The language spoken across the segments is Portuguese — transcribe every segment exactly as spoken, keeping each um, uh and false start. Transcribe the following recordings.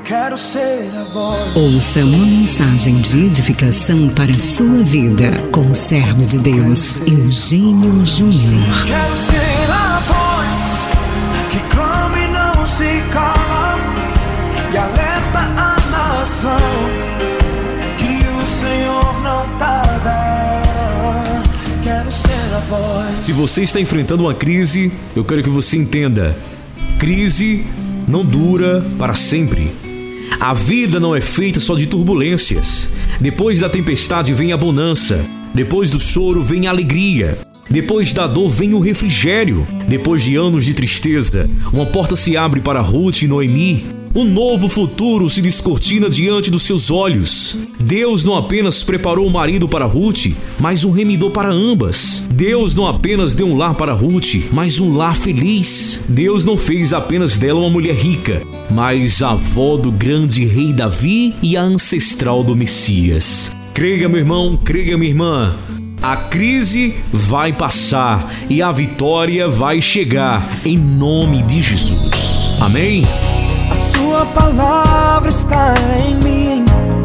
quero ser a voz. Ouça uma mensagem de edificação para a sua vida com o servo de Deus, Eugênio Júnior. Quero ser a voz que clama e não se cala e alerta a nação que o Senhor não tarda. Quero ser a voz. Se você está enfrentando uma crise, eu quero que você entenda: crise não dura para sempre. A vida não é feita só de turbulências. Depois da tempestade vem a bonança. Depois do choro vem a alegria. Depois da dor vem o refrigério. Depois de anos de tristeza, uma porta se abre para Ruth e Noemi. Um novo futuro se descortina diante dos seus olhos. Deus não apenas preparou o marido para Ruth, mas um remidor para ambas. Deus não apenas deu um lar para Ruth, mas um lar feliz. Deus não fez apenas dela uma mulher rica, mas a avó do grande rei Davi e a ancestral do Messias. Creia, meu irmão, creia, minha irmã. A crise vai passar e a vitória vai chegar em nome de Jesus. Amém? Sua palavra está em mim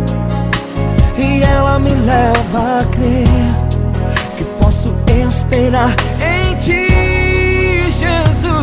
e ela me leva a crer que posso esperar em Ti, Jesus.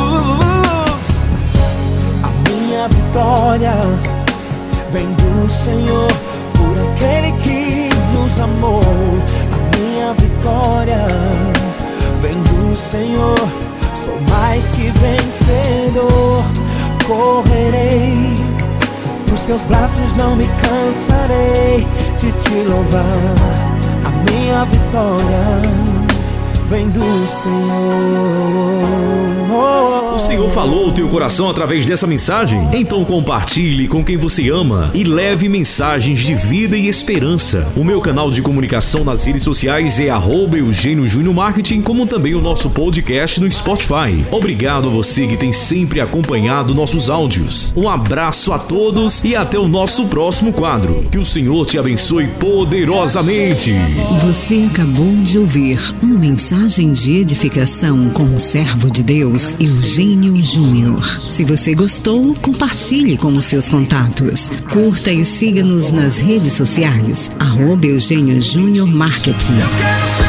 A minha vitória vem do Senhor, por aquele que nos amou. A minha vitória vem do Senhor, sou mais que vencedor. Correrei, nos seus braços não me cansarei de te louvar. A minha vitória vem do Senhor. O Senhor falou ao teu coração através dessa mensagem? Então compartilhe com quem você ama e leve mensagens de vida e esperança. O meu canal de comunicação nas redes sociais é arroba Eugênio Júnior Marketing, como também o nosso podcast no Spotify. Obrigado a você que tem sempre acompanhado nossos áudios. Um abraço a todos e até o nosso próximo quadro. Que o Senhor te abençoe poderosamente. Você acabou de ouvir uma mensagem de edificação com o servo de Deus, Eugênio Júnior. Se você gostou, compartilhe com os seus contatos. Curta e siga-nos nas redes sociais, arroba Eugênio Júnior Marketing.